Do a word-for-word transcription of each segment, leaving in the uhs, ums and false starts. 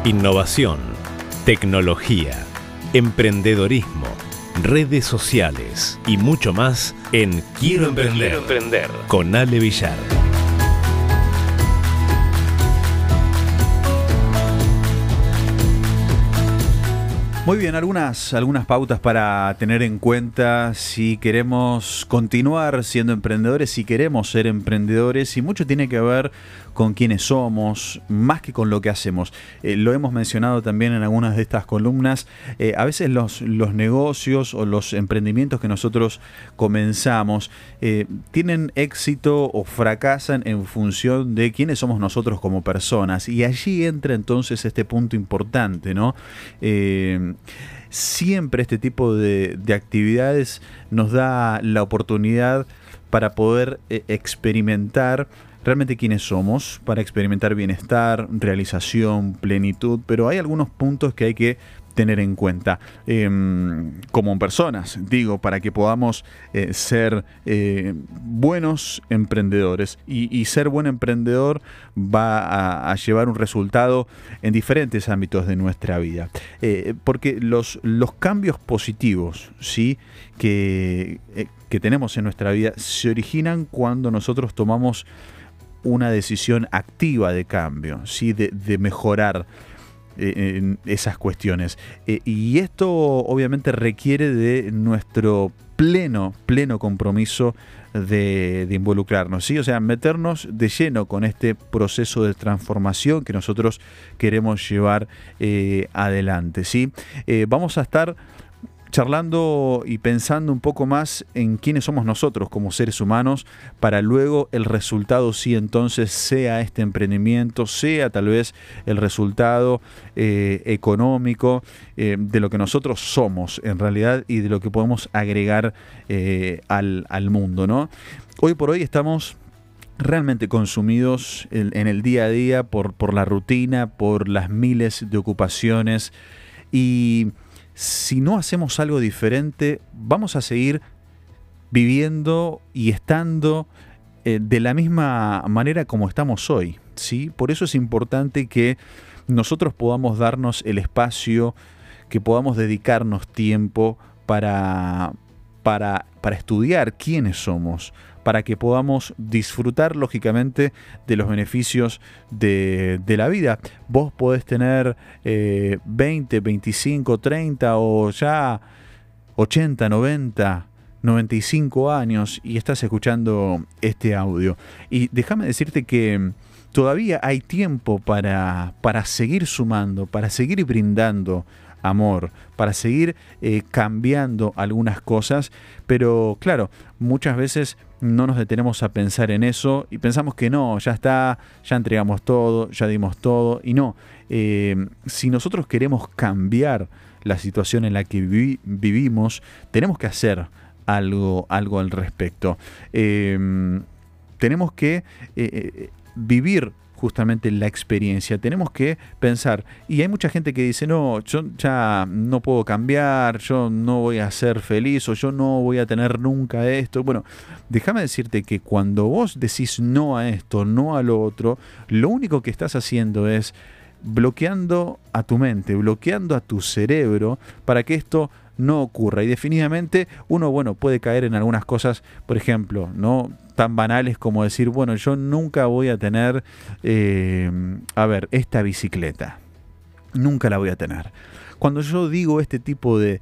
Innovación, tecnología, emprendedorismo, redes sociales y mucho más en Quiero Emprender, Quiero Emprender con Ale Villar. Muy bien, algunas, algunas pautas para tener en cuenta si queremos continuar siendo emprendedores, si queremos ser emprendedores, y mucho tiene que ver con quiénes somos, más que con lo que hacemos. Eh, lo hemos mencionado también en algunas de estas columnas. Eh, a veces los, los negocios o los emprendimientos que nosotros comenzamos eh, tienen éxito o fracasan en función de quiénes somos nosotros como personas. Y allí entra entonces este punto importante, ¿no? Eh, Siempre este tipo de, de actividades nos da la oportunidad para poder eh, experimentar realmente quiénes somos, para experimentar bienestar, realización, plenitud, pero hay algunos puntos que hay que tener en cuenta eh, como personas, digo, para que podamos eh, ser eh, buenos emprendedores. Y, y ser buen emprendedor va a, a llevar un resultado en diferentes ámbitos de nuestra vida. Eh, porque los, los cambios positivos, ¿sí?, que, eh, que tenemos en nuestra vida se originan cuando nosotros tomamos una decisión activa de cambio, ¿sí?, de, de mejorar en esas cuestiones. Eh, y esto obviamente requiere de nuestro pleno, pleno compromiso de, de involucrarnos, ¿sí? O sea, meternos de lleno con este proceso de transformación que nosotros queremos llevar eh, adelante, ¿sí? Eh, vamos a estar charlando y pensando un poco más en quiénes somos nosotros como seres humanos, para luego el resultado sí entonces sea este emprendimiento, sea tal vez el resultado eh, económico eh, de lo que nosotros somos en realidad y de lo que podemos agregar eh, al, al mundo, ¿no? Hoy por hoy estamos realmente consumidos en, en el día a día por, por la rutina, por las miles de ocupaciones, y si no hacemos algo diferente, vamos a seguir viviendo y estando eh, de la misma manera como estamos hoy, ¿sí? Por eso es importante que nosotros podamos darnos el espacio, que podamos dedicarnos tiempo para, para, para estudiar quiénes somos, para que podamos disfrutar, lógicamente, de los beneficios de, de la vida. Vos podés tener eh, veinte, veinticinco, treinta o ya ochenta, noventa, noventa y cinco años y estás escuchando este audio. Y déjame decirte que todavía hay tiempo para, para seguir sumando, para seguir brindando amor, para seguir eh, cambiando algunas cosas, pero claro, muchas veces no nos detenemos a pensar en eso y pensamos que no, ya está, ya entregamos todo, ya dimos todo, y no, eh, si nosotros queremos cambiar la situación en la que vivi- vivimos, tenemos que hacer algo, algo al respecto. Eh, tenemos que eh, eh, vivir justamente la experiencia, tenemos que pensar, y hay mucha gente que dice, no, yo ya no puedo cambiar, yo no voy a ser feliz, o yo no voy a tener nunca esto. Bueno, déjame decirte que cuando vos decís no a esto, no a lo otro, lo único que estás haciendo es bloqueando a tu mente, bloqueando a tu cerebro para que esto no ocurra. Y definitivamente uno, bueno, puede caer en algunas cosas, por ejemplo, ¿no?, tan banales como decir, bueno, yo nunca voy a tener, eh, a ver, esta bicicleta. Nunca la voy a tener. Cuando yo digo este tipo de,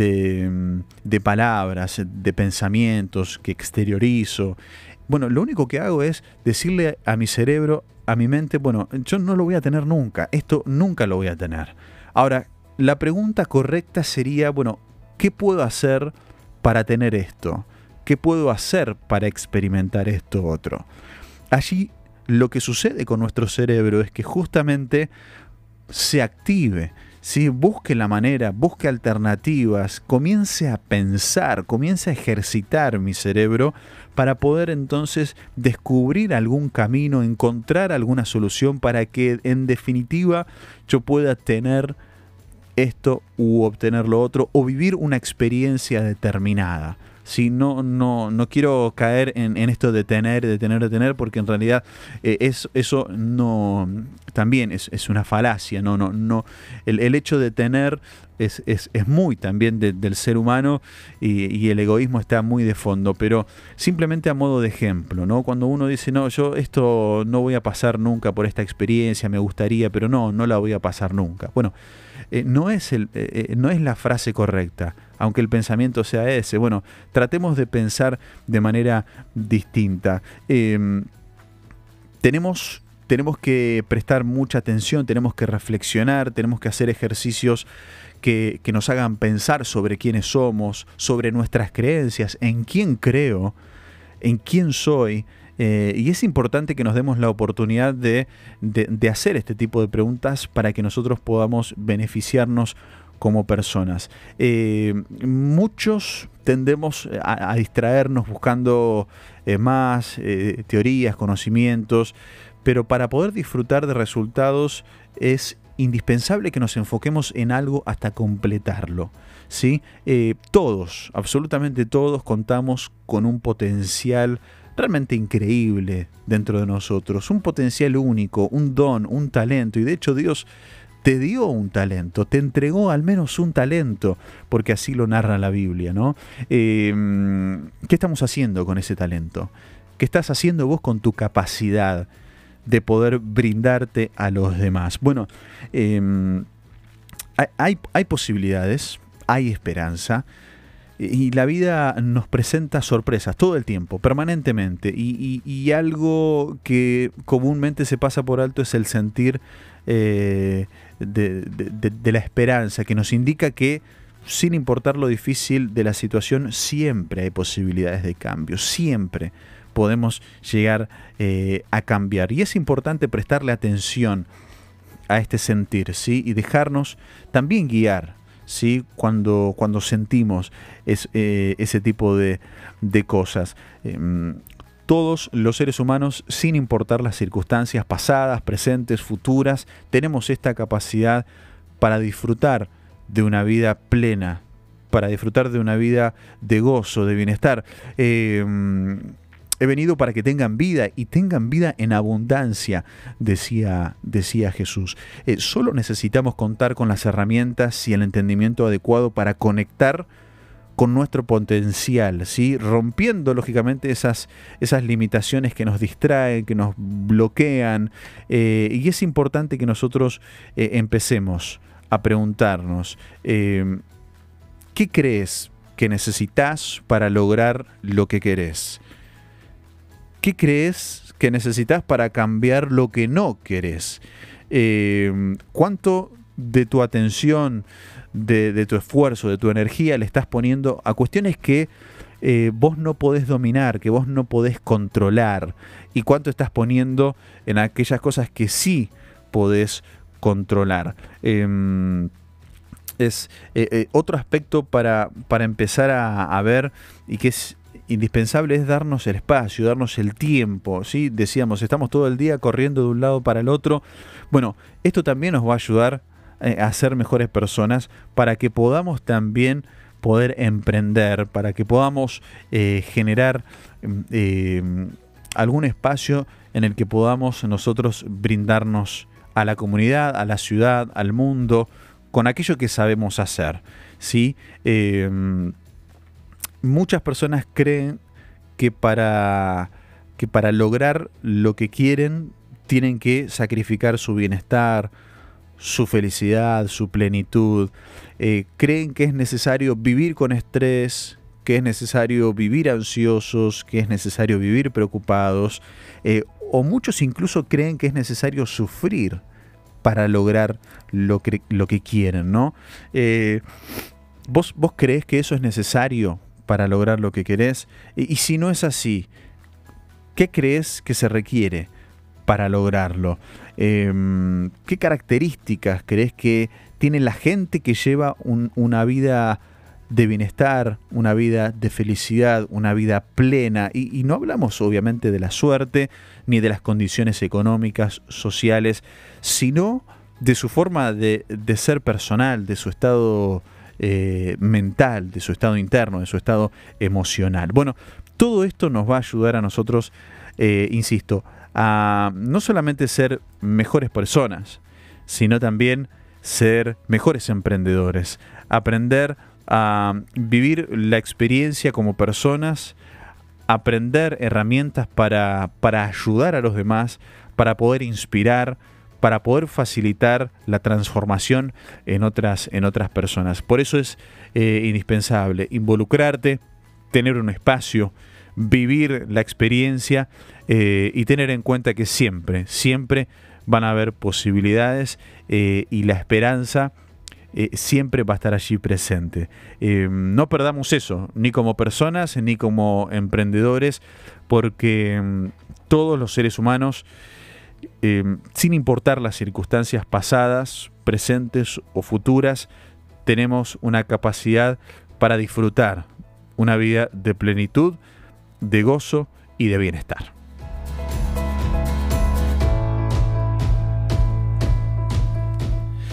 de, de palabras, de pensamientos que exteriorizo, bueno, lo único que hago es decirle a mi cerebro, a mi mente, bueno, yo no lo voy a tener nunca, esto nunca lo voy a tener. Ahora, la pregunta correcta sería, bueno, ¿qué puedo hacer para tener esto? ¿Qué puedo hacer para experimentar esto otro? Allí lo que sucede con nuestro cerebro es que justamente se active, ¿sí? Busque la manera, busque alternativas, comience a pensar, comience a ejercitar mi cerebro para poder entonces descubrir algún camino, encontrar alguna solución para que en definitiva yo pueda tener esto u obtener lo otro o vivir una experiencia determinada. ¿sí? No, no, no quiero caer en, en esto de tener, de tener, de tener, porque en realidad eh, es, eso no también es, es una falacia. No, no, no. El, el hecho de tener es, es, es muy también de, del ser humano y, y el egoísmo está muy de fondo, pero simplemente a modo de ejemplo, ¿no? Cuando uno dice, no, yo esto no voy a pasar nunca por esta experiencia, me gustaría, pero no, no la voy a pasar nunca. Bueno, eh, no es el, eh, no es la frase correcta, aunque el pensamiento sea ese. Bueno, tratemos de pensar de manera distinta. Eh, tenemos, tenemos que prestar mucha atención, tenemos que reflexionar, tenemos que hacer ejercicios que, que nos hagan pensar sobre quiénes somos, sobre nuestras creencias, en quién creo, en quién soy. Eh, y es importante que nos demos la oportunidad de, de, de hacer este tipo de preguntas para que nosotros podamos beneficiarnos como personas. Eh, muchos tendemos a, a distraernos buscando eh, más eh, teorías, conocimientos, pero para poder disfrutar de resultados es indispensable que nos enfoquemos en algo hasta completarlo, ¿sí? Eh, todos, absolutamente todos, contamos con un potencial realmente increíble dentro de nosotros, un potencial único, un don, un talento, y de hecho Dios te dio un talento, te entregó al menos un talento, porque así lo narra la Biblia, ¿no? Eh, ¿Qué estamos haciendo con ese talento? ¿Qué estás haciendo vos con tu capacidad de poder brindarte a los demás? Bueno, eh, hay, hay posibilidades, hay esperanza, y la vida nos presenta sorpresas todo el tiempo, permanentemente, y, y, y algo que comúnmente se pasa por alto es el sentir eh, de, de, de la esperanza, que nos indica que sin importar lo difícil de la situación, siempre hay posibilidades de cambio, siempre podemos llegar eh, a cambiar. Y es importante prestarle atención a este sentir, ¿sí? Y dejarnos también guiar, ¿sí? Cuando, cuando sentimos es, eh, ese tipo de, de cosas. Eh, todos los seres humanos, sin importar las circunstancias pasadas, presentes, futuras, tenemos esta capacidad para disfrutar de una vida plena, para disfrutar de una vida de gozo, de bienestar. Eh, He venido para que tengan vida y tengan vida en abundancia, decía, decía Jesús. Eh, solo necesitamos contar con las herramientas y el entendimiento adecuado para conectar con nuestro potencial, ¿sí? Rompiendo lógicamente esas, esas limitaciones que nos distraen, que nos bloquean. Eh, y es importante que nosotros eh, empecemos a preguntarnos, eh, ¿qué crees que necesitas para lograr lo que querés? ¿Qué crees que necesitas para cambiar lo que no querés? Eh, ¿Cuánto de tu atención, de, de tu esfuerzo, de tu energía le estás poniendo a cuestiones que eh, vos no podés dominar, que vos no podés controlar? ¿Y cuánto estás poniendo en aquellas cosas que sí podés controlar? Eh, es eh, eh, otro aspecto para, para empezar a, a ver, y que es indispensable, es darnos el espacio, darnos el tiempo, ¿sí? Decíamos, estamos todo el día corriendo de un lado para el otro. Bueno, esto también nos va a ayudar eh, a ser mejores personas, para que podamos también poder emprender, para que podamos eh, generar eh, algún espacio en el que podamos nosotros brindarnos a la comunidad, a la ciudad, al mundo, con aquello que sabemos hacer, ¿sí? Eh, Muchas personas creen que para, que para lograr lo que quieren tienen que sacrificar su bienestar, su felicidad, su plenitud. Eh, creen que es necesario vivir con estrés, que es necesario vivir ansiosos, que es necesario vivir preocupados. Eh, o muchos incluso creen que es necesario sufrir para lograr lo que, lo que quieren, ¿no? Eh, ¿vos, ¿Vos creés que eso es necesario para lograr lo que querés? Y, y si no es así, ¿qué crees que se requiere para lograrlo? Eh, ¿Qué características crees que tiene la gente que lleva un, una vida de bienestar, una vida de felicidad, una vida plena? Y, y no hablamos obviamente de la suerte, ni de las condiciones económicas, sociales, sino de su forma de, de ser personal, de su estado eh, mental, de su estado interno, de su estado emocional. Bueno, todo esto nos va a ayudar a nosotros, eh, insisto, a no solamente ser mejores personas, sino también ser mejores emprendedores, aprender a vivir la experiencia como personas, aprender herramientas para, para ayudar a los demás, para poder inspirar, para poder facilitar la transformación en otras, en otras personas. Por eso es eh, indispensable involucrarte, tener un espacio, vivir la experiencia eh, y tener en cuenta que siempre, siempre van a haber posibilidades eh, y la esperanza eh, siempre va a estar allí presente. Eh, no perdamos eso, ni como personas, ni como emprendedores, porque eh, todos los seres humanos, eh, sin importar las circunstancias pasadas, presentes o futuras, tenemos una capacidad para disfrutar una vida de plenitud, de gozo y de bienestar.